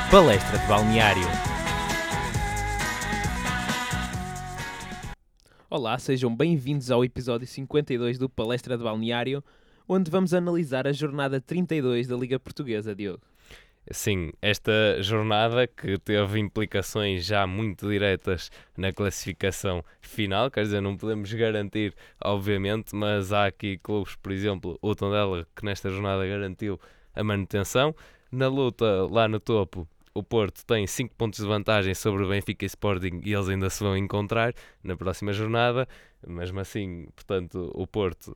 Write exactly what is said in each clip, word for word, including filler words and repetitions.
Palestra de Balneário. Olá, sejam bem-vindos ao episódio cinquenta e dois do Palestra de Balneário, onde vamos analisar a jornada trinta e dois da Liga Portuguesa, Diogo. Sim, esta jornada que teve implicações já muito diretas na classificação final, quer dizer, não podemos garantir, obviamente, mas há aqui clubes, por exemplo, o Tondela, que nesta jornada garantiu a manutenção. Na luta lá no topo, o Porto tem cinco pontos de vantagem sobre o Benfica e Sporting e eles ainda se vão encontrar na próxima jornada. Mesmo assim, portanto, o Porto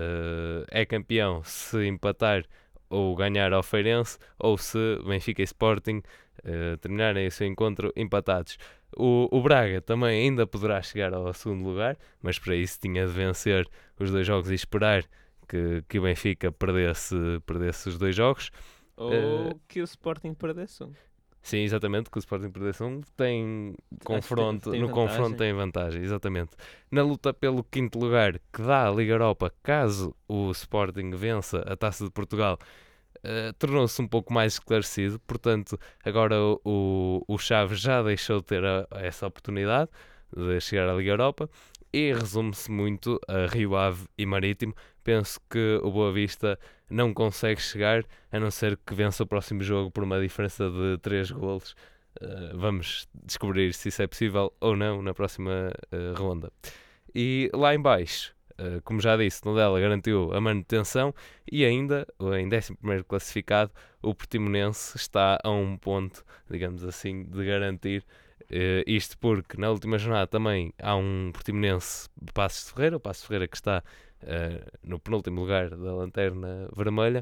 uh, é campeão se empatar ou ganhar ao Feirense, ou se Benfica e Sporting uh, terminarem o seu encontro empatados. O, o Braga também ainda poderá chegar ao segundo lugar, mas para isso tinha de vencer os dois jogos e esperar que, que o Benfica perdesse, perdesse os dois jogos. Ou uh, que o Sporting perdesse um. Sim, exatamente, que o Sporting perdesse um, tem confronto, tem, tem no vantagem. confronto tem vantagem, exatamente. Na luta pelo quinto lugar, que dá a Liga Europa, caso o Sporting vença a Taça de Portugal, uh, tornou-se um pouco mais esclarecido, portanto, agora o, o, o Chaves já deixou de ter a, a essa oportunidade de chegar à Liga Europa, e resume-se muito a Rio Ave e Marítimo. Penso que o Boa Vista não consegue chegar, a não ser que vença o próximo jogo por uma diferença de três golos. Uh, vamos descobrir se isso é possível ou não na próxima uh, ronda. E lá em baixo, uh, como já disse, Tondela garantiu a manutenção e ainda, em décimo primeiro classificado, o Portimonense está a um ponto, digamos assim, de garantir. Uh, isto porque na última jornada também há um Portimonense de Passos de Ferreira, o Passos de Ferreira que está uh, no penúltimo lugar da lanterna vermelha,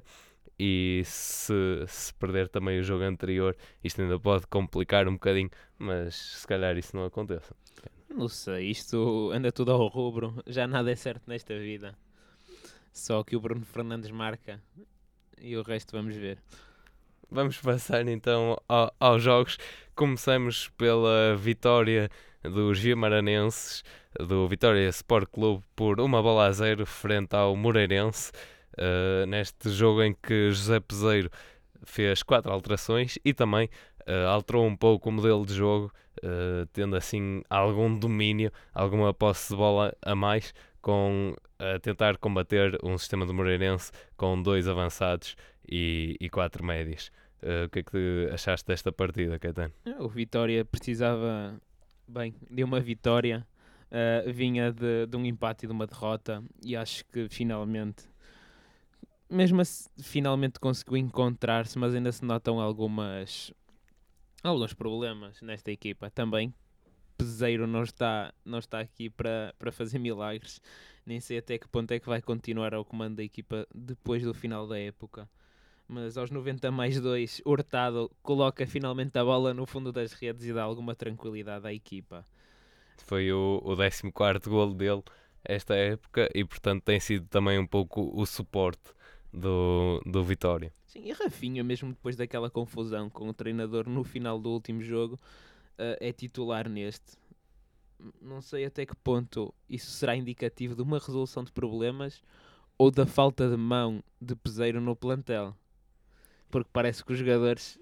e se, se perder também o jogo anterior, isto ainda pode complicar um bocadinho, mas se calhar isso não aconteça. Não sei, isto anda tudo ao rubro, já nada é certo nesta vida, só que o Bruno Fernandes marca e o resto vamos ver. Vamos passar então ao, aos jogos. Começamos pela vitória dos vimaranenses, do Vitória Sport Clube, por uma bola a zero frente ao Moreirense, uh, neste jogo em que José Peseiro fez quatro alterações e também uh, alterou um pouco o modelo de jogo, uh, tendo assim algum domínio, alguma posse de bola a mais, com a tentar combater um sistema do Moreirense com dois avançados e, e quatro médios. Uh, o que é que achaste desta partida, Caetano? O Vitória precisava, bem, de uma vitória, uh, vinha de, de um empate e de uma derrota, e acho que finalmente, mesmo assim, finalmente conseguiu encontrar-se, mas ainda se notam algumas, alguns problemas nesta equipa. Também Peseiro não está, não está aqui para, para fazer milagres, nem sei até que ponto é que vai continuar ao comando da equipa depois do final da época. Mas aos noventa mais dois, Hurtado coloca finalmente a bola no fundo das redes e dá alguma tranquilidade à equipa. Foi o, o décimo quarto golo dele esta época e, portanto, tem sido também um pouco o suporte do, do Vitória. Sim, e Rafinha, mesmo depois daquela confusão com o treinador no final do último jogo, uh, é titular neste. Não sei até que ponto isso será indicativo de uma resolução de problemas ou da falta de mão de Peseiro no plantel. Porque parece que os jogadores...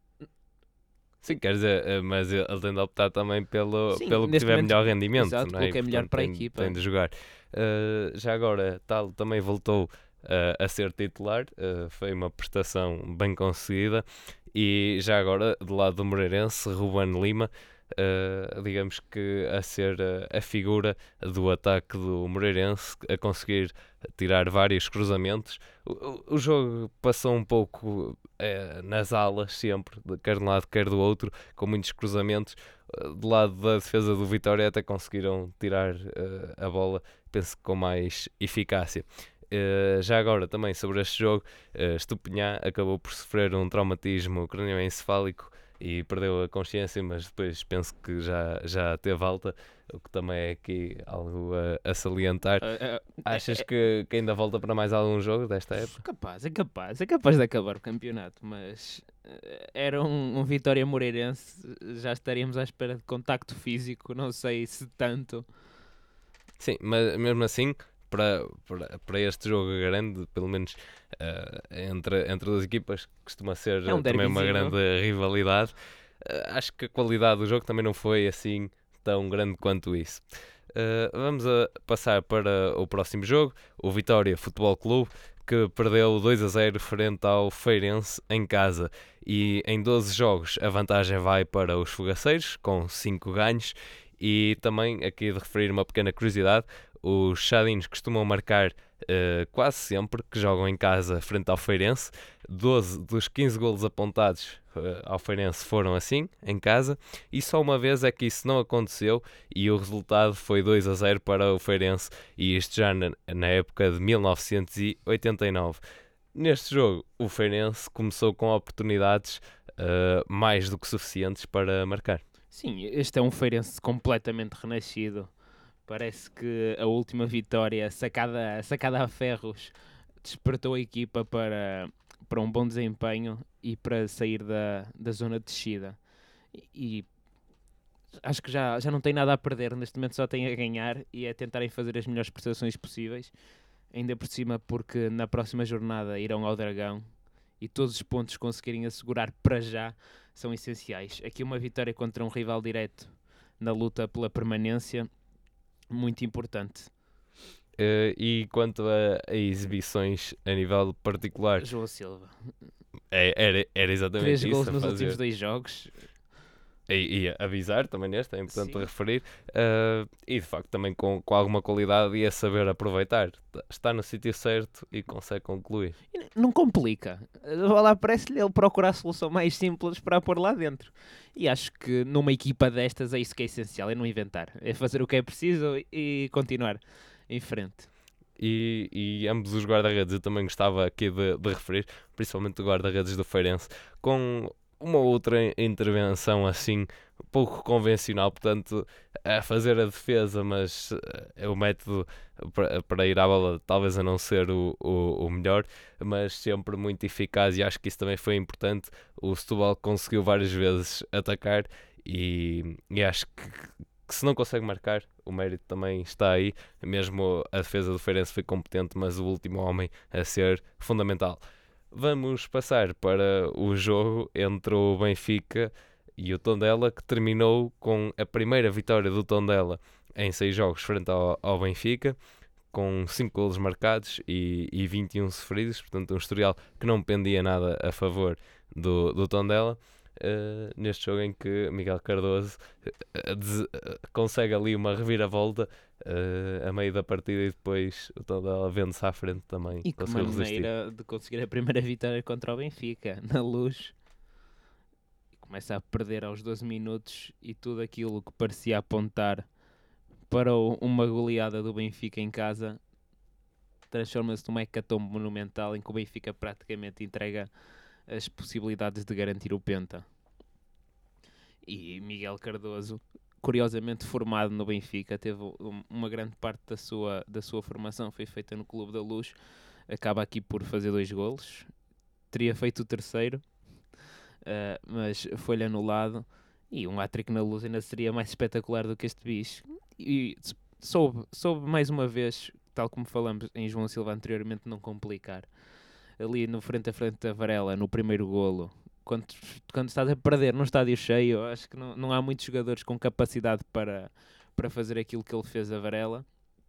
Sim, quer dizer, mas ele tem de optar também pelo, Sim, pelo que tiver momento, melhor rendimento. Exato, não é? que é melhor Portanto, para tem, a equipa. Tem de jogar. Uh, já agora, Tal também voltou uh, a ser titular. Uh, foi uma prestação bem conseguida. E já agora, do lado do Moreirense, Ruben Lima, uh, digamos que a ser uh, a figura do ataque do Moreirense, a conseguir tirar vários cruzamentos. O, o jogo passou um pouco é, nas alas sempre, quer de um lado quer do outro, com muitos cruzamentos. Do lado da defesa do Vitória até conseguiram tirar uh, a bola, penso que com mais eficácia. Uh, já agora também sobre este jogo, uh, Estupinhã acabou por sofrer um traumatismo cranioencefálico e perdeu a consciência, mas depois penso que já, já teve alta, o que também é aqui algo a, a salientar. Uh, uh, Achas é, que, que ainda volta para mais algum jogo desta época? Capaz, é capaz, é capaz de acabar o campeonato, mas uh, era um, um Vitória Moreirense, já estaríamos à espera de contacto físico, não sei se tanto. Sim, mas mesmo assim para, para, para este jogo grande, pelo menos uh, entre, entre duas equipas, costuma ser é um também uma derbyzinho. grande rivalidade. Uh, acho que a qualidade do jogo também não foi assim tão grande quanto isso. Uh, vamos a passar para o próximo jogo, o Vitória Futebol Clube, que perdeu dois a zero frente ao Feirense em casa, e em doze jogos a vantagem vai para os fogaceiros, com cinco ganhos. E também aqui de referir uma pequena curiosidade: os chadinos costumam marcar uh, quase sempre que jogam em casa frente ao Feirense. doze dos quinze golos apontados uh, ao Feirense foram assim, em casa, e só uma vez é que isso não aconteceu, e o resultado foi dois a zero para o Feirense, e isto já na, na época de mil novecentos e oitenta e nove. Neste jogo, o Feirense começou com oportunidades uh, mais do que suficientes para marcar. Sim, este é um Feirense completamente renascido. Parece que a última vitória, sacada, sacada a ferros, despertou a equipa para, para um bom desempenho e para sair da, da zona de descida. E, e acho que já, já não tem nada a perder, neste momento só tem a ganhar, e é tentarem fazer as melhores prestações possíveis. Ainda por cima, porque na próxima jornada irão ao Dragão e todos os pontos que conseguirem assegurar para já são essenciais. Aqui uma vitória contra um rival direto na luta pela permanência, muito importante. Uh, e quanto a, a exibições a nível particular, João Silva, é, era, era exatamente três isso. gols nos fazer. últimos dois jogos. E, e avisar também neste, é importante Sim. referir, uh, e de facto também com, com alguma qualidade e a saber aproveitar. Está no sítio certo e consegue concluir. Não complica. Lá parece-lhe ele procurar a solução mais simples para a pôr lá dentro. E acho que numa equipa destas é isso que é essencial, é não inventar. É fazer o que é preciso e continuar em frente. E, e ambos os guarda-redes eu também gostava aqui de, de referir, principalmente o guarda-redes do Feirense, com uma outra intervenção assim pouco convencional, portanto a fazer a defesa, mas é o método para, para ir à bola talvez a não ser o, o, o melhor, mas sempre muito eficaz, e acho que isso também foi importante. O Setúbal conseguiu várias vezes atacar, e, e acho que, que se não consegue marcar, o mérito também está aí. Mesmo a defesa do Feirense foi competente, mas o último homem a ser fundamental. Vamos passar para o jogo entre o Benfica e o Tondela, que terminou com a primeira vitória do Tondela em seis jogos frente ao, ao Benfica, com cinco golos marcados e, e vinte e um sofridos, portanto um historial que não pendia nada a favor do, do Tondela. Uh, neste jogo em que Miguel Cardoso uh, des, uh, consegue ali uma reviravolta uh, a meio da partida, e depois o Tondela vende-se à frente também. E que maneira de conseguir a primeira vitória contra o Benfica, na Luz. Começa a perder aos doze minutos e tudo aquilo que parecia apontar para o, uma goleada do Benfica em casa transforma-se numa hecatombe monumental em que o Benfica praticamente entrega as possibilidades de garantir o penta. E Miguel Cardoso, curiosamente formado no Benfica, teve uma grande parte da sua, da sua formação foi feita no Clube da Luz, acaba aqui por fazer dois golos, teria feito o terceiro, uh, mas foi-lhe anulado, e um hat-trick na Luz ainda seria mais espetacular do que este bicho. E soube, soube mais uma vez, tal como falamos em João Silva anteriormente, não complicar. Ali no frente a frente da Varela, no primeiro golo, quando, quando estás a perder num estádio cheio, acho que não, não há muitos jogadores com capacidade para, para fazer aquilo que ele fez a Varela.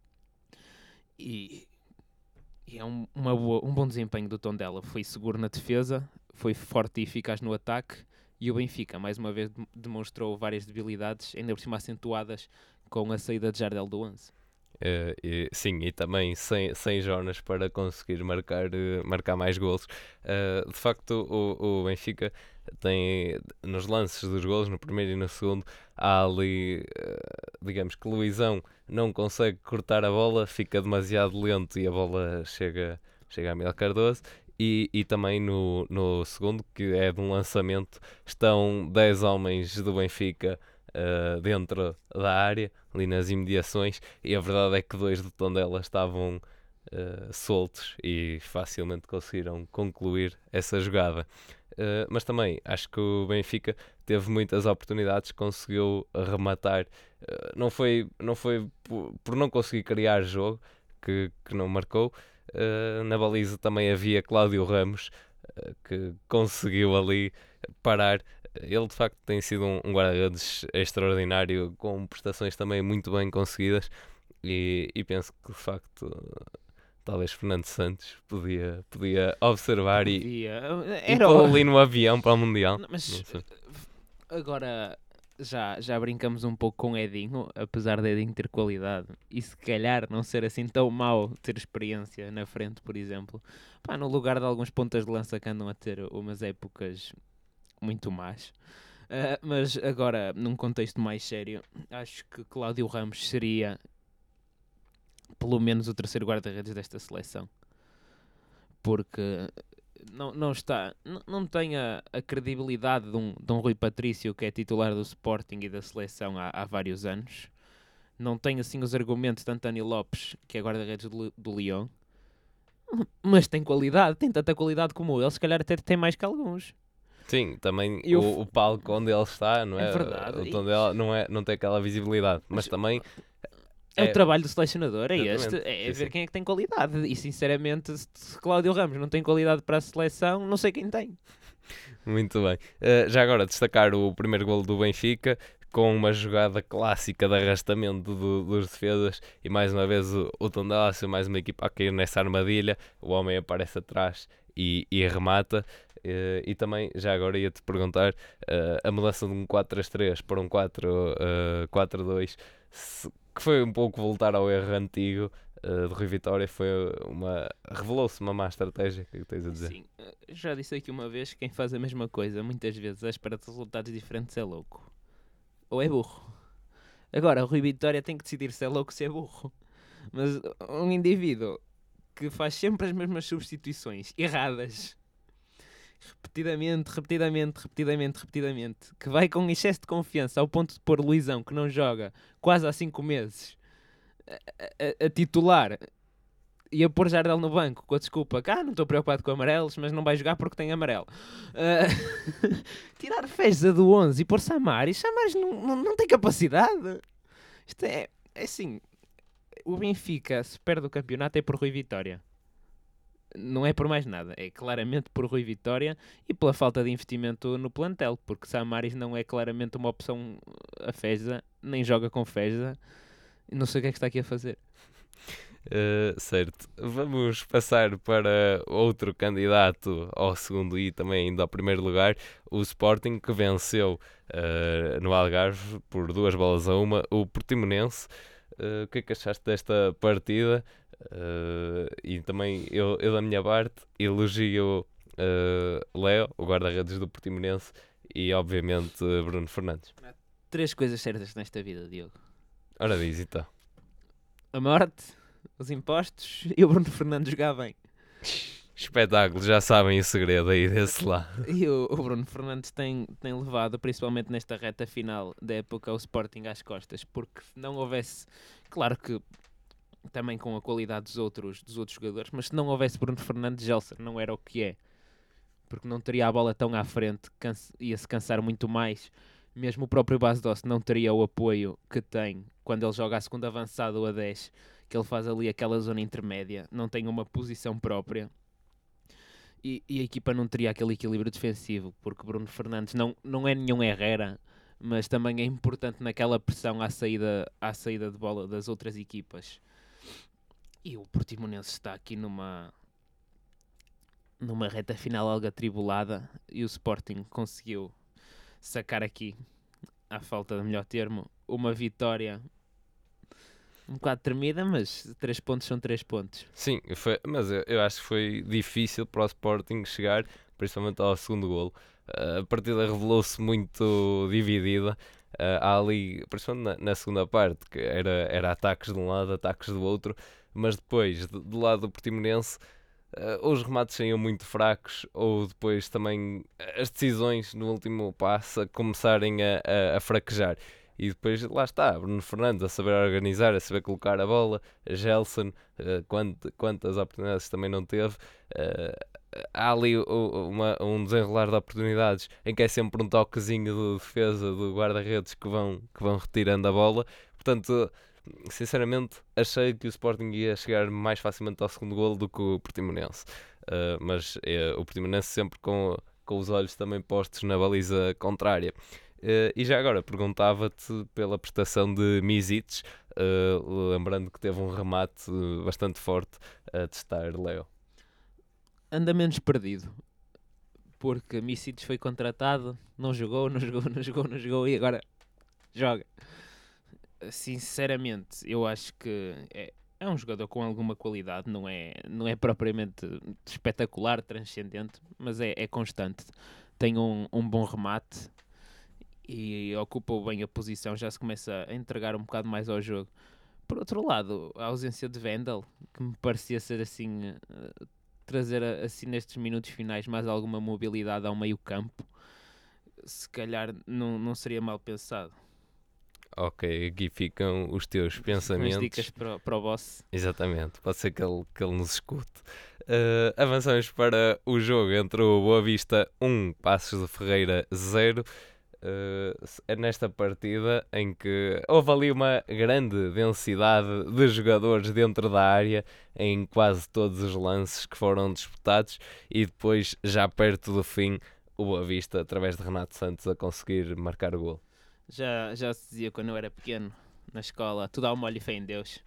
E, e é um, uma boa, um bom desempenho do Tondela. Foi seguro na defesa, foi forte e eficaz no ataque, e o Benfica, mais uma vez, demonstrou várias debilidades, ainda por cima acentuadas com a saída de Jardel do onze. Uh, e, sim, e também sem, sem Jonas para conseguir marcar, uh, marcar mais golos. Uh, de facto, o, o Benfica tem, nos lances dos golos, no primeiro e no segundo, há ali, uh, digamos que Luizão não consegue cortar a bola, fica demasiado lento e a bola chega, chega a Miguel Cardoso. E, e também no, no segundo, que é de um lançamento, estão dez homens do Benfica Uh, dentro da área, ali nas imediações, e a verdade é que dois do Tondela estavam uh, soltos e facilmente conseguiram concluir essa jogada. Uh, mas também acho que o Benfica teve muitas oportunidades, conseguiu rematar. Uh, não foi, não foi por, por não conseguir criar jogo que, que não marcou. Uh, na baliza também havia Cláudio Ramos, uh, que conseguiu ali parar. Ele de facto tem sido um, um guarda-redes extraordinário, com prestações também muito bem conseguidas, e, e penso que de facto talvez Fernando Santos podia, podia observar podia. e, e pô-lo ali no avião para o Mundial. Não, mas agora já, já brincamos um pouco com Edinho, apesar de Edinho ter qualidade e se calhar não ser assim tão mau ter experiência na frente, por exemplo. Pá, no lugar de alguns pontas de lança que andam a ter umas épocas muito más. Uh, mas agora, num contexto mais sério, acho que Cláudio Ramos seria pelo menos o terceiro guarda-redes desta seleção. Porque não, não está, não, não tem a, a credibilidade de um, de um Rui Patrício, que é titular do Sporting e da seleção há, há vários anos. Não tem assim os argumentos de António Lopes, que é guarda-redes do, do Lyon. Mas tem qualidade, tem tanta qualidade como ele, se calhar até tem mais que alguns. Sim, também o, o, o palco onde ele está, não é? É verdade. O tom dele não, é, não tem aquela visibilidade, mas, mas também... É, é o trabalho do selecionador, é este, é sim, ver sim. quem é que tem qualidade. E sinceramente, se Cláudio Ramos não tem qualidade para a seleção, não sei quem tem. Muito bem. Uh, já agora destacar o primeiro golo do Benfica, com uma jogada clássica de arrastamento do, dos defesas, e mais uma vez o, o Tondela, mais uma equipa a cair nessa armadilha, o homem aparece atrás e, e remata. Uh, e também, já agora ia-te perguntar, uh, a mudança de um quatro três três para um quatro quatro dois, se, que foi um pouco voltar ao erro antigo uh, de Rui Vitória, foi uma, revelou-se uma má estratégia. O que tens a dizer? Sim, já disse aqui uma vez, quem faz a mesma coisa muitas vezes à espera de resultados diferentes é louco ou é burro. Agora, o Rui Vitória tem que decidir se é louco ou se é burro. Mas um indivíduo que faz sempre as mesmas substituições erradas, repetidamente, repetidamente, repetidamente, repetidamente, que vai com excesso de confiança ao ponto de pôr Luizão, que não joga quase há cinco meses, a, a, a titular, e a pôr Jardel no banco, com a desculpa que ah, não estou preocupado com amarelos, mas não vai jogar porque tem amarelo. Uh, tirar Feza do onze e pôr Samaris, Samaris não, não, não tem capacidade. Isto é, é assim, o Benfica, se perde o campeonato, é por Rui Vitória. Não é por mais nada, é claramente por Rui Vitória e pela falta de investimento no plantel, porque Samaris não é claramente uma opção a Feza, nem joga com Feza, não sei o que é que está aqui a fazer. Uh, certo, vamos passar para outro candidato ao segundo e também ainda ao primeiro lugar, o Sporting, que venceu uh, no Algarve por duas bolas a uma o Portimonense. Uh, o que é que achaste desta partida? Uh, e também eu, eu da minha parte elogio uh, Léo, o guarda-redes do Portimonense, e obviamente Bruno Fernandes. Há três coisas certas nesta vida, Diogo. Ora diz então. A morte, os impostos e o Bruno Fernandes jogar bem. Espetáculo, já sabem o segredo aí desse lado. E o, o Bruno Fernandes tem, tem levado, principalmente nesta reta final da época, o Sporting às costas, porque se não houvesse, claro que também com a qualidade dos outros, dos outros jogadores, mas se não houvesse Bruno Fernandes, Gelson não era o que é, porque não teria a bola tão à frente, canse, ia-se cansar muito mais. Mesmo o próprio Bas Dost não teria o apoio que tem quando ele joga a segunda avançada ou a dez, que ele faz ali aquela zona intermédia, não tem uma posição própria. E, e a equipa não teria aquele equilíbrio defensivo, porque Bruno Fernandes não, não é nenhum Herrera, mas também é importante naquela pressão à saída, à saída de bola das outras equipas. E o Portimonense está aqui numa, numa reta final algo atribulada, e o Sporting conseguiu sacar aqui, à falta de melhor termo, uma vitória um bocado tremida, mas três pontos são três pontos. Sim, foi, mas eu, eu acho que foi difícil para o Sporting chegar, principalmente ao segundo golo. Uh, a partida revelou-se muito dividida. Uh, há ali, principalmente na, na segunda parte, que era, era ataques de um lado, ataques do outro, mas depois, de, do lado do Portimonense, uh, ou os remates saíam muito fracos, ou depois também as decisões no último passo a começarem a, a, a fraquejar. E depois, lá está, Bruno Fernandes a saber organizar, a saber colocar a bola, a Gelson, uh, quant, quantas oportunidades também não teve. Uh, há ali uh, uma, um desenrolar de oportunidades em que é sempre um toquezinho de defesa do guarda-redes que vão, que vão retirando a bola. Portanto, sinceramente, achei que o Sporting ia chegar mais facilmente ao segundo golo do que o Portimonense. Uh, mas uh, o Portimonense sempre com, com os olhos também postos na baliza contrária. Uh, e já agora, perguntava-te pela prestação de Misic, uh, lembrando que teve um remate bastante forte a testar Leo. Anda menos perdido. Porque Misic foi contratado, não jogou, não jogou, não jogou, não jogou e agora joga. Sinceramente, eu acho que é, é um jogador com alguma qualidade, não é, não é propriamente espetacular, transcendente, mas é, é constante. Tem um, um bom remate e ocupa bem a posição, já se começa a entregar um bocado mais ao jogo. Por outro lado, a ausência de Vendel, que me parecia ser assim... trazer assim nestes minutos finais mais alguma mobilidade ao meio campo, se calhar não, não seria mal pensado. Ok, aqui ficam os teus pensamentos. As dicas para, para o boss. Exatamente, pode ser que ele, que ele nos escute. Uh, avançamos para o jogo entre o Boa Vista um, Paços de Ferreira zero. Uh, é nesta partida em que houve ali uma grande densidade de jogadores dentro da área em quase todos os lances que foram disputados e depois, já perto do fim, o Boa Vista, através de Renato Santos, a conseguir marcar o gol. Já, já se dizia quando eu era pequeno, na escola, tudo ao molho e fé em Deus.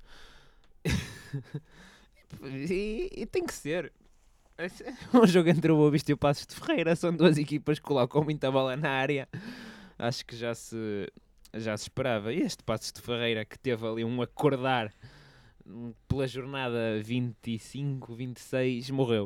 e, e tem que ser. É um jogo entre o Boa Vista e o Paços de Ferreira, são duas equipas que colocam muita bola na área. Acho que já se, já se esperava. E este Paços de Ferreira que teve ali um acordar pela jornada vinte e cinco, vinte e seis, morreu.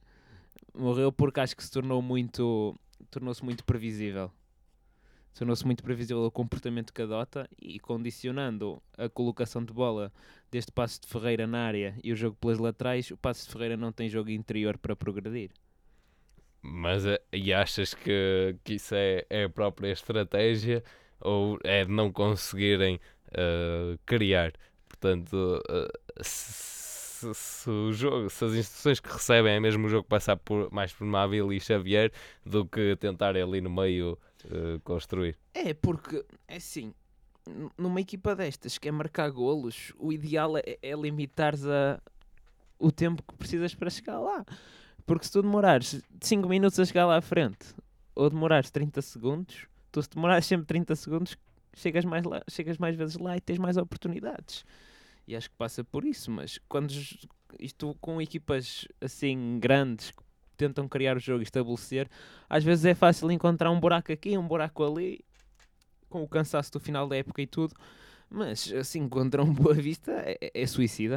Morreu porque acho que se tornou muito, tornou-se muito previsível. Tornou-se muito previsível o comportamento que adota e condicionando a colocação de bola deste Paços de Ferreira na área e o jogo pelas laterais, o Paços de Ferreira não tem jogo interior para progredir. Mas e achas que, que isso é, é a própria estratégia ou é de não conseguirem uh, criar? Portanto, uh, se, se, o jogo, se as instruções que recebem é mesmo o jogo passar por, mais por Mábil e Xavier do que tentar ali no meio uh, construir? É, porque, é assim, numa equipa destas que é marcar golos, o ideal é, é limitares a, o tempo que precisas para chegar lá. Porque se tu demorares cinco minutos a chegar lá à frente, ou demorares trinta segundos, tu se demorares sempre trinta segundos, chegas mais, lá, chegas mais vezes lá e tens mais oportunidades. E acho que passa por isso, mas quando isto com equipas assim grandes que tentam criar o jogo e estabelecer, às vezes é fácil encontrar um buraco aqui, um buraco ali, com o cansaço do final da época e tudo, mas assim contra um Boa Vista é, é suicida.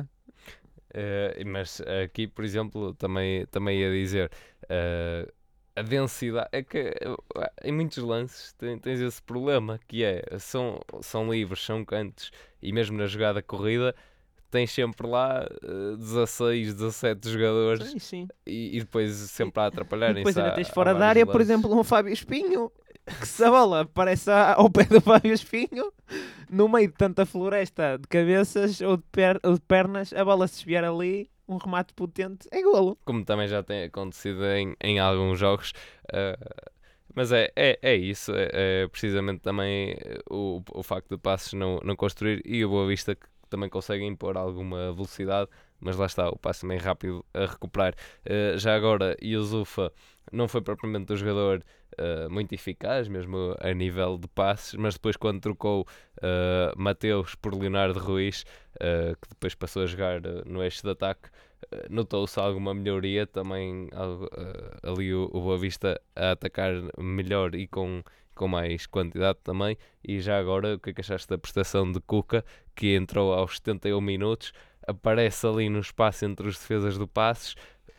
Uh, mas aqui, por exemplo, também, também ia dizer uh, a densidade é que uh, em muitos lances tens, tens esse problema que é, são, são livres, são cantos e mesmo na jogada corrida tens sempre lá uh, dezasseis, dezassete jogadores sim, sim. E, e depois sempre a atrapalharem. E depois ainda tens fora da área, lances. Por exemplo, um Fábio Espinho, que se a bola aparece ao pé do Fábio Espinho, no meio de tanta floresta de cabeças ou de, per- ou de pernas, a bola se desviar ali, um remate potente, é golo. Como também já tem acontecido em, em alguns jogos. Uh, mas é, é, é isso, é, é precisamente também o, o facto de Passos não, não construir e o Boa Vista que também consegue impor alguma velocidade, mas lá está, o passo também rápido a recuperar. Uh, já agora, Yusufa não foi propriamente um jogador uh, muito eficaz, mesmo a nível de passes, mas depois quando trocou uh, Mateus por Leonardo Ruiz, uh, que depois passou a jogar uh, no eixo de ataque, uh, notou-se alguma melhoria, também uh, ali o, o Boa Vista a atacar melhor e com com mais quantidade também. E já agora, o que é que achaste da prestação de Cuca, que entrou aos setenta e um minutos, aparece ali no espaço entre os defesas do Passos,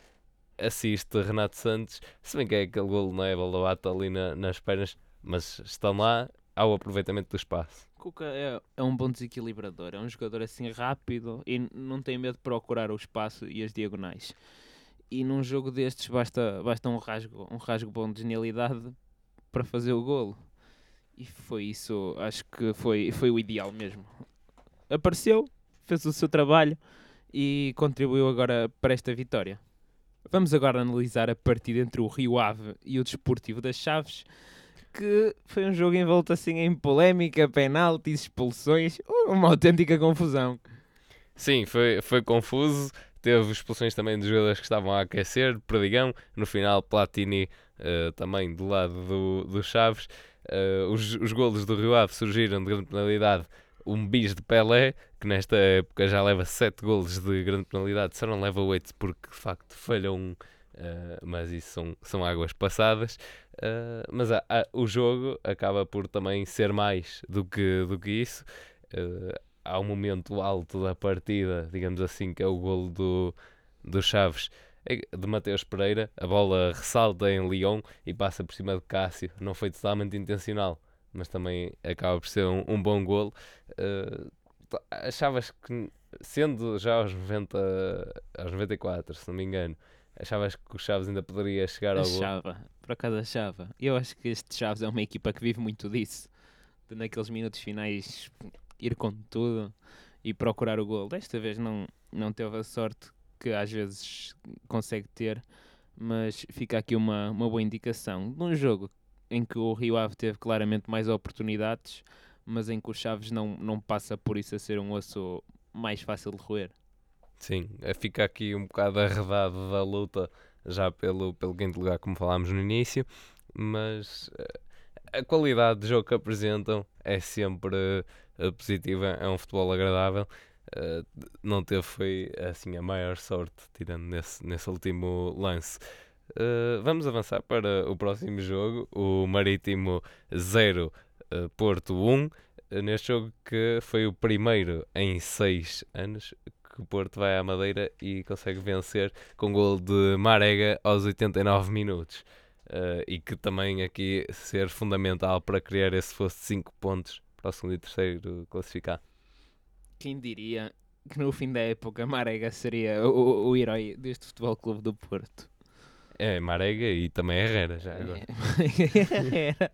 assiste Renato Santos, se bem que é aquele golo, não é? A bola bate ali na, nas pernas, mas estão lá ao aproveitamento do espaço. Cuca é, é um bom desequilibrador, é um jogador assim rápido e não tem medo de procurar o espaço e as diagonais. E num jogo destes basta, basta um rasgo, um rasgo bom de genialidade para fazer o golo. E foi isso, acho que foi, foi o ideal mesmo. Apareceu, fez o seu trabalho e contribuiu agora para esta vitória. Vamos agora analisar a partida entre o Rio Ave e o Desportivo das Chaves, que foi um jogo envolto assim em polémica, penaltis, expulsões, uma autêntica confusão. Sim, foi, foi confuso. Teve expulsões também dos jogadores que estavam a aquecer, Perdigão. No final, Platini uh, também do lado do, do Chaves. Uh, os, os golos do Rio Ave surgiram de grande penalidade. Um bis de Pelé, que nesta época já leva sete golos de grande penalidade, só não leva oito porque de facto falhou um, uh, mas isso são, são águas passadas. Uh, mas a, a, o jogo acaba por também ser mais do que, do que isso. Uh, há um momento alto da partida, digamos assim, que é o golo do, do Chaves, de Mateus Pereira. A bola ressalta em Lyon e passa por cima de Cássio. Não foi totalmente intencional, mas também acaba por ser um, um bom golo. Uh, achavas que, sendo já aos, noventa, aos noventa e quatro, se não me engano, achavas que o Chaves ainda poderia chegar ao golo? Achava, por acaso achava. Eu acho que este Chaves é uma equipa que vive muito disso, de naqueles minutos finais ir com tudo e procurar o golo. Desta vez não, não teve a sorte que às vezes consegue ter, mas fica aqui uma, uma boa indicação de um jogo em que o Rio Ave teve claramente mais oportunidades, mas em que o Chaves não, não passa por isso a ser um osso mais fácil de roer. Sim, fica aqui um bocado arredado da luta já pelo, pelo quinto lugar, como falámos no início, mas a qualidade de jogo que apresentam é sempre uh, positiva, é um futebol agradável. Uh, não teve foi assim a maior sorte, tirando nesse, nesse último lance. Uh, vamos avançar para o próximo jogo, o Marítimo zero, uh, Porto um, uh, neste jogo que foi o primeiro em seis anos que o Porto vai à Madeira e consegue vencer com gol de Marega aos oitenta e nove minutos. Uh, e que também aqui ser fundamental para criar esse fosse de cinco pontos para o segundo e terceiro classificar. Quem diria que no fim da época Marega seria o, o herói deste Futebol Clube do Porto? É, Marega e também Herrera já agora. É, Herrera.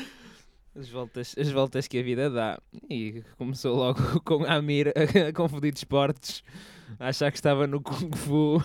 As voltas, as voltas que a vida dá. E começou logo com a Amir a confundir esportes, a achar que estava no Kung Fu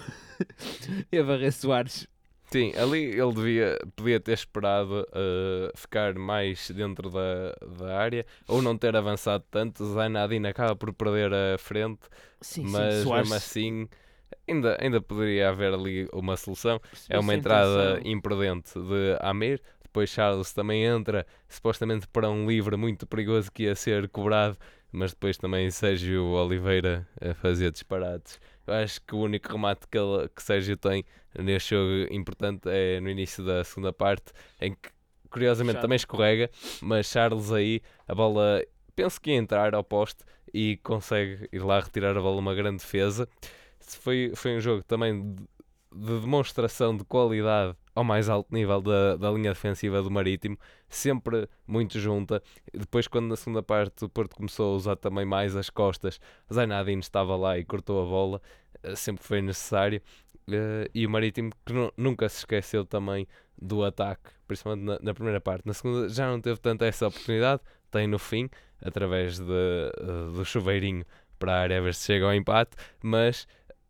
e a varrer Soares. Sim, ali ele devia, podia ter esperado uh, ficar mais dentro da, da área ou não ter avançado tanto. Zainadine acaba por perder a frente, Sim, mas sim, mesmo assim ainda, ainda poderia haver ali uma solução. É uma entrada intenção. imprudente de Amir. Depois Charles também entra supostamente para um livre muito perigoso que ia ser cobrado, mas depois também Sérgio Oliveira a fazer disparates. Eu acho que o único remate que, ele, que Sérgio tem neste jogo importante é no início da segunda parte, em que curiosamente Charles também escorrega, mas Charles aí, a bola penso que ia entrar ao poste e consegue ir lá retirar a bola, uma grande defesa. Foi, foi um jogo também de, de demonstração de qualidade ao mais alto nível da, da linha defensiva do Marítimo, sempre muito junta. Depois, quando na segunda parte o Porto começou a usar também mais as costas, Zainadine estava lá e cortou a bola, sempre foi necessário. Uh, e o Marítimo que nu- nunca se esqueceu também do ataque, principalmente na, na primeira parte. Na segunda já não teve tanta essa oportunidade, tem no fim, através de, uh, do chuveirinho para a área, a ver se chega ao empate, mas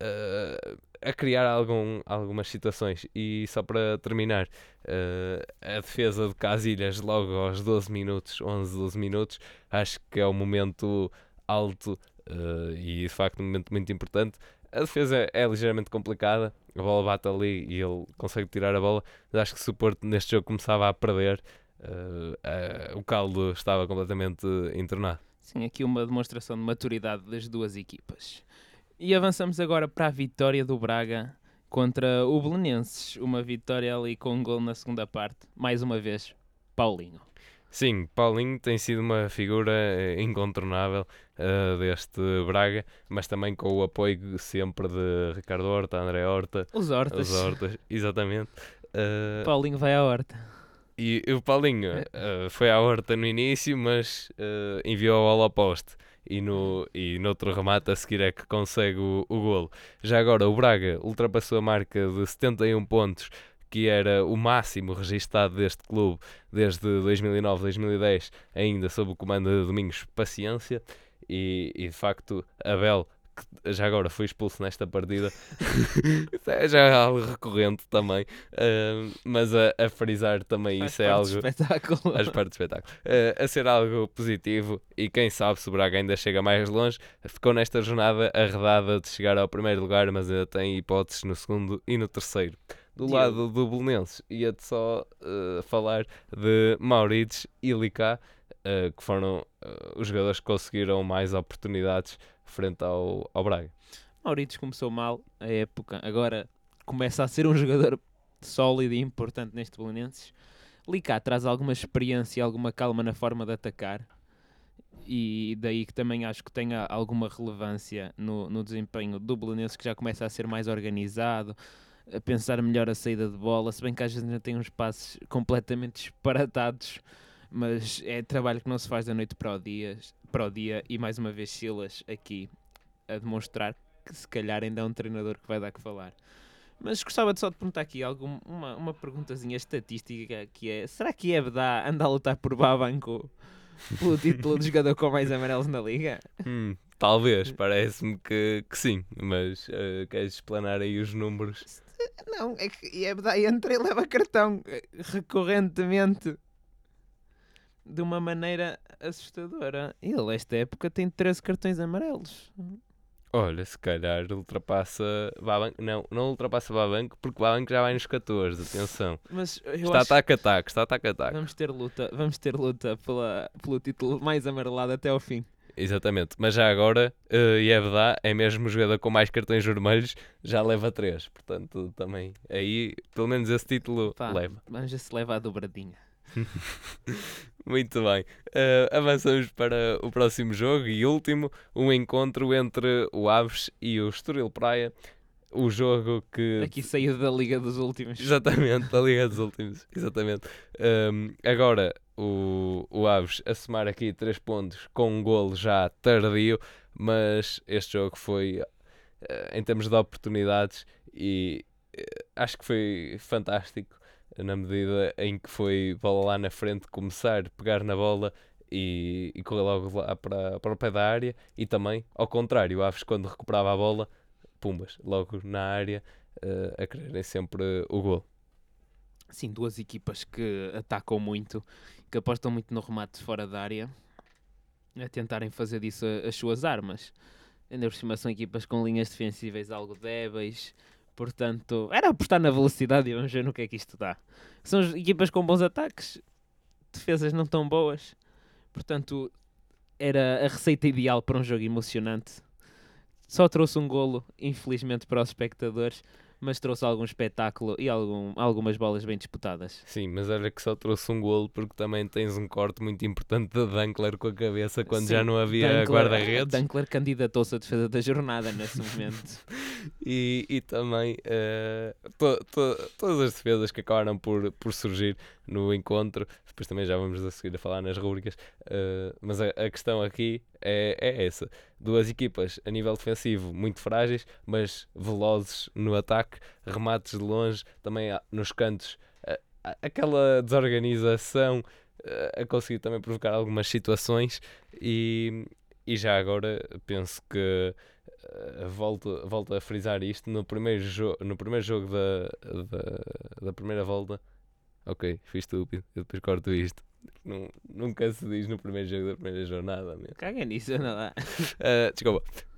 uh, a criar algum, algumas situações. E só para terminar, uh, a defesa de Casilhas logo aos doze minutos, onze, doze minutos, acho que é um momento alto uh, e de facto um momento muito importante. A defesa é ligeiramente complicada, a bola bate ali e ele consegue tirar a bola, mas acho que se o Porto neste jogo começava a perder, uh, uh, o caldo estava completamente entornado. Sim, aqui uma demonstração de maturidade das duas equipas. E avançamos agora para a vitória do Braga contra o Belenenses. Uma vitória ali com um gol na segunda parte. Mais uma vez, Paulinho. Sim, Paulinho tem sido uma figura incontornável uh, deste Braga, mas também com o apoio sempre de Ricardo Horta, André Horta. Os Hortas. Os Hortas, exatamente. Uh, Paulinho vai à Horta. E, e o Paulinho uh, foi à Horta no início, mas uh, enviou a bola ao poste. E, no, e noutro remate a seguir é que consegue o, o golo. Já agora o Braga ultrapassou a marca de setenta e um pontos, que era o máximo registado deste clube desde dois mil e nove, dois mil e dez, ainda sob o comando de Domingos Paciência, e, e de facto Abel, que já agora foi expulso nesta partida. Já é algo recorrente também, uh, mas a, a frisar também faz isso é algo... espetáculo. Faz parte do espetáculo. Uh, a ser algo positivo, e quem sabe se o Braga ainda chega mais longe. Ficou nesta jornada arredada de chegar ao primeiro lugar, mas ainda tem hipóteses no segundo e no terceiro. Do Diogo. lado do Belenenses, ia-te só uh, falar de Maurides e Licá, uh, que foram uh, os jogadores que conseguiram mais oportunidades frente ao, ao Braga. Maurides começou mal a época, agora começa a ser um jogador sólido e importante neste Belenenses. Licá traz alguma experiência e alguma calma na forma de atacar, e daí que também acho que tenha alguma relevância no, no desempenho do Belenenses, que já começa a ser mais organizado, a pensar melhor a saída de bola, se bem que às vezes ainda tem uns passos completamente disparatados, mas é trabalho que não se faz da noite para o dia, para o dia e mais uma vez Silas aqui a demonstrar que se calhar ainda é um treinador que vai dar que falar. Mas gostava de só de perguntar aqui algum, uma, uma perguntazinha estatística, que é: será que Ebda anda a lutar por Babanco pelo título de jogador com mais amarelos na Liga? Hum, talvez, parece-me que, que sim, mas uh, queres explanar aí os números? Não, é que Ebda entra e leva cartão recorrentemente de uma maneira assustadora. Ele, esta época, tem treze cartões amarelos. Olha, se calhar ultrapassa Babanco. Não, não ultrapassa Babanco, porque Babanco já vai nos catorze, atenção. Mas eu está acho ataque-ataque, está ataque-ataque. Vamos ter luta, vamos ter luta pela, pelo título mais amarelado até ao fim. Exatamente, mas já agora, uh, Ebda é mesmo o jogador com mais cartões vermelhos, já leva três, portanto também aí, pelo menos esse título Pá, leva. Vamos ver se leva a dobradinha. Muito bem, uh, avançamos para o próximo jogo e último, um encontro entre o Aves e o Estoril Praia. O jogo que... Aqui saiu da Liga dos Últimos. Exatamente, da Liga dos Últimos. Exatamente. Um, agora, o, o Aves a somar aqui três pontos com um golo já tardio, mas este jogo foi, uh, em termos de oportunidades, e uh, acho que foi fantástico, na medida em que foi bola lá na frente, começar, pegar na bola e, e correr logo lá para, para o pé da área, e também, ao contrário, o Aves, quando recuperava a bola, pumbas, logo na área, uh, a quererem sempre o gol. Sim, duas equipas que atacam muito, que apostam muito no remate fora da área, a tentarem fazer disso as suas armas. Ainda por cima são equipas com linhas defensivas algo débeis, portanto, era apostar na velocidade e vamos ver no que é que isto dá. São equipas com bons ataques, defesas não tão boas, portanto, era a receita ideal para um jogo emocionante. Só trouxe um golo, infelizmente, para os espectadores, mas trouxe algum espetáculo e algum, algumas bolas bem disputadas. Sim, mas olha que só trouxe um golo, porque também tens um corte muito importante de Dankler com a cabeça quando Sim, já não havia guarda-redes. Dankler candidatou-se a defesa da jornada nesse momento. e, e também uh, to, to, todas as defesas que acabaram por, por surgir no encontro, depois também já vamos a seguir a falar nas rubricas, uh, mas a, a questão aqui é, é essa. Duas equipas a nível defensivo muito frágeis, mas velozes no ataque, remates de longe, também nos cantos, uh, aquela desorganização uh, a conseguir também provocar algumas situações, e, e já agora penso que uh, volto, volto a frisar isto, no primeiro, jo- no primeiro jogo da, da, da primeira volta. Ok, fui estúpido, eu depois corto isto. Não, nunca se diz no primeiro jogo da primeira jornada mesmo. Caga nisso, não dá. Uh, desculpa.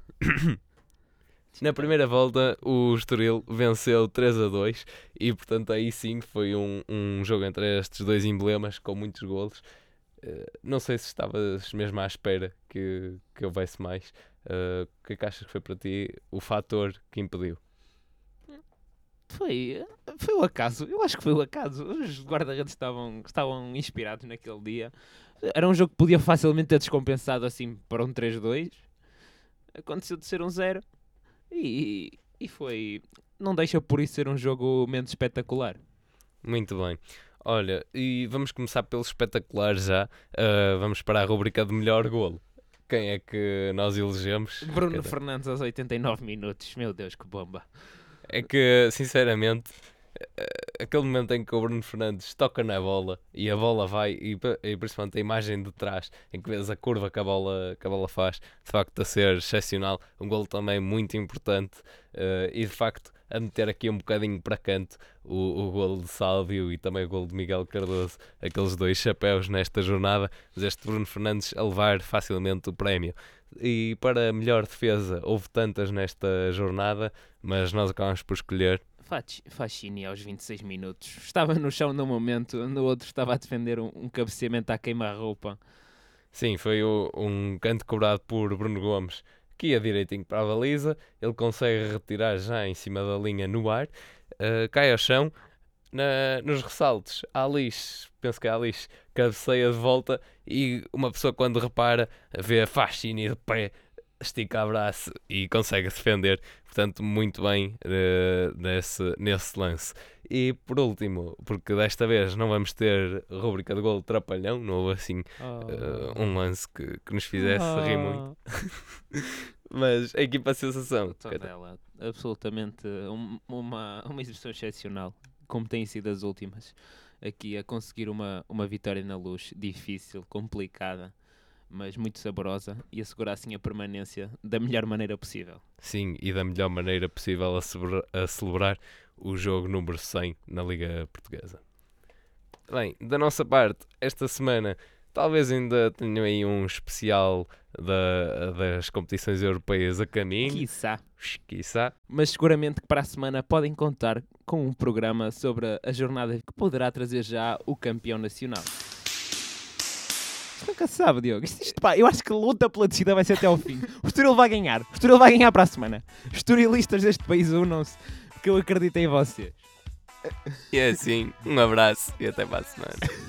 Na primeira volta o Estoril venceu três a dois e portanto aí sim foi um, um jogo entre estes dois emblemas com muitos golos. Uh, não sei se estavas mesmo à espera que, que houvesse mais. Uh, o que é que achas que foi para ti o fator que impediu? Foi, foi o acaso, eu acho que foi o acaso. Os guarda-redes estavam, estavam inspirados naquele dia. Era um jogo que podia facilmente ter descompensado assim para um três a dois. Aconteceu de ser um zero. E, e foi... Não deixa por isso ser um jogo menos espetacular. Muito bem. Olha, e vamos começar pelo espetacular já. Uh, vamos para a rubrica de melhor golo. Quem é que nós elegemos? Bruno Cada... Fernandes aos oitenta e nove minutos. Meu Deus, que bomba. É que, sinceramente, aquele momento em que o Bruno Fernandes toca na bola e a bola vai, e, e principalmente a imagem de trás, em que vês a curva que a bola, que a bola faz, de facto a ser excepcional, um golo também muito importante, uh, e de facto a meter aqui um bocadinho para canto o, o golo de Sálvio e também o golo de Miguel Cardoso, aqueles dois chapéus nesta jornada, mas este Bruno Fernandes a levar facilmente o prémio. E para melhor defesa, houve tantas nesta jornada, mas nós acabamos por escolher Facchini aos vinte e seis minutos. Estava no chão no momento, no outro estava a defender um, um cabeceamento a queimar-roupa. Sim, foi o, um canto cobrado por Bruno Gomes, que ia direitinho para a baliza. Ele consegue retirar já em cima da linha no ar, uh, cai ao chão. Na, nos ressaltos, a Alice, penso que a Alice cabeceia de volta e uma pessoa quando repara vê a Facchini de pé, estica o braço e consegue defender, portanto muito bem uh, nesse, nesse lance. E por último, porque desta vez não vamos ter rúbrica de golo trapalhão, não houve assim uh, um lance que, que nos fizesse oh. rir muito. Mas a equipa sensação dela, absolutamente um, uma, uma exibição excepcional, como têm sido as últimas, aqui a conseguir uma, uma vitória na Luz, difícil, complicada, mas muito saborosa, e assegurar assim a permanência da melhor maneira possível. Sim, e da melhor maneira possível a, celebra- a celebrar o jogo número cem na Liga Portuguesa. Bem, da nossa parte, esta semana talvez ainda tenham aí um especial da, das competições europeias a caminho. Quiçá. Quiçá. Mas seguramente que para a semana podem contar com um programa sobre a jornada que poderá trazer já o campeão nacional. Nunca se sabe, Diogo. Isto, isto, pá, eu acho que a luta pela descida vai ser até ao fim. O Estoril vai ganhar. O Estoril vai ganhar para a semana. Os estorilistas deste país unam-se, porque eu acredito em vocês. E é assim, um abraço e até para a semana.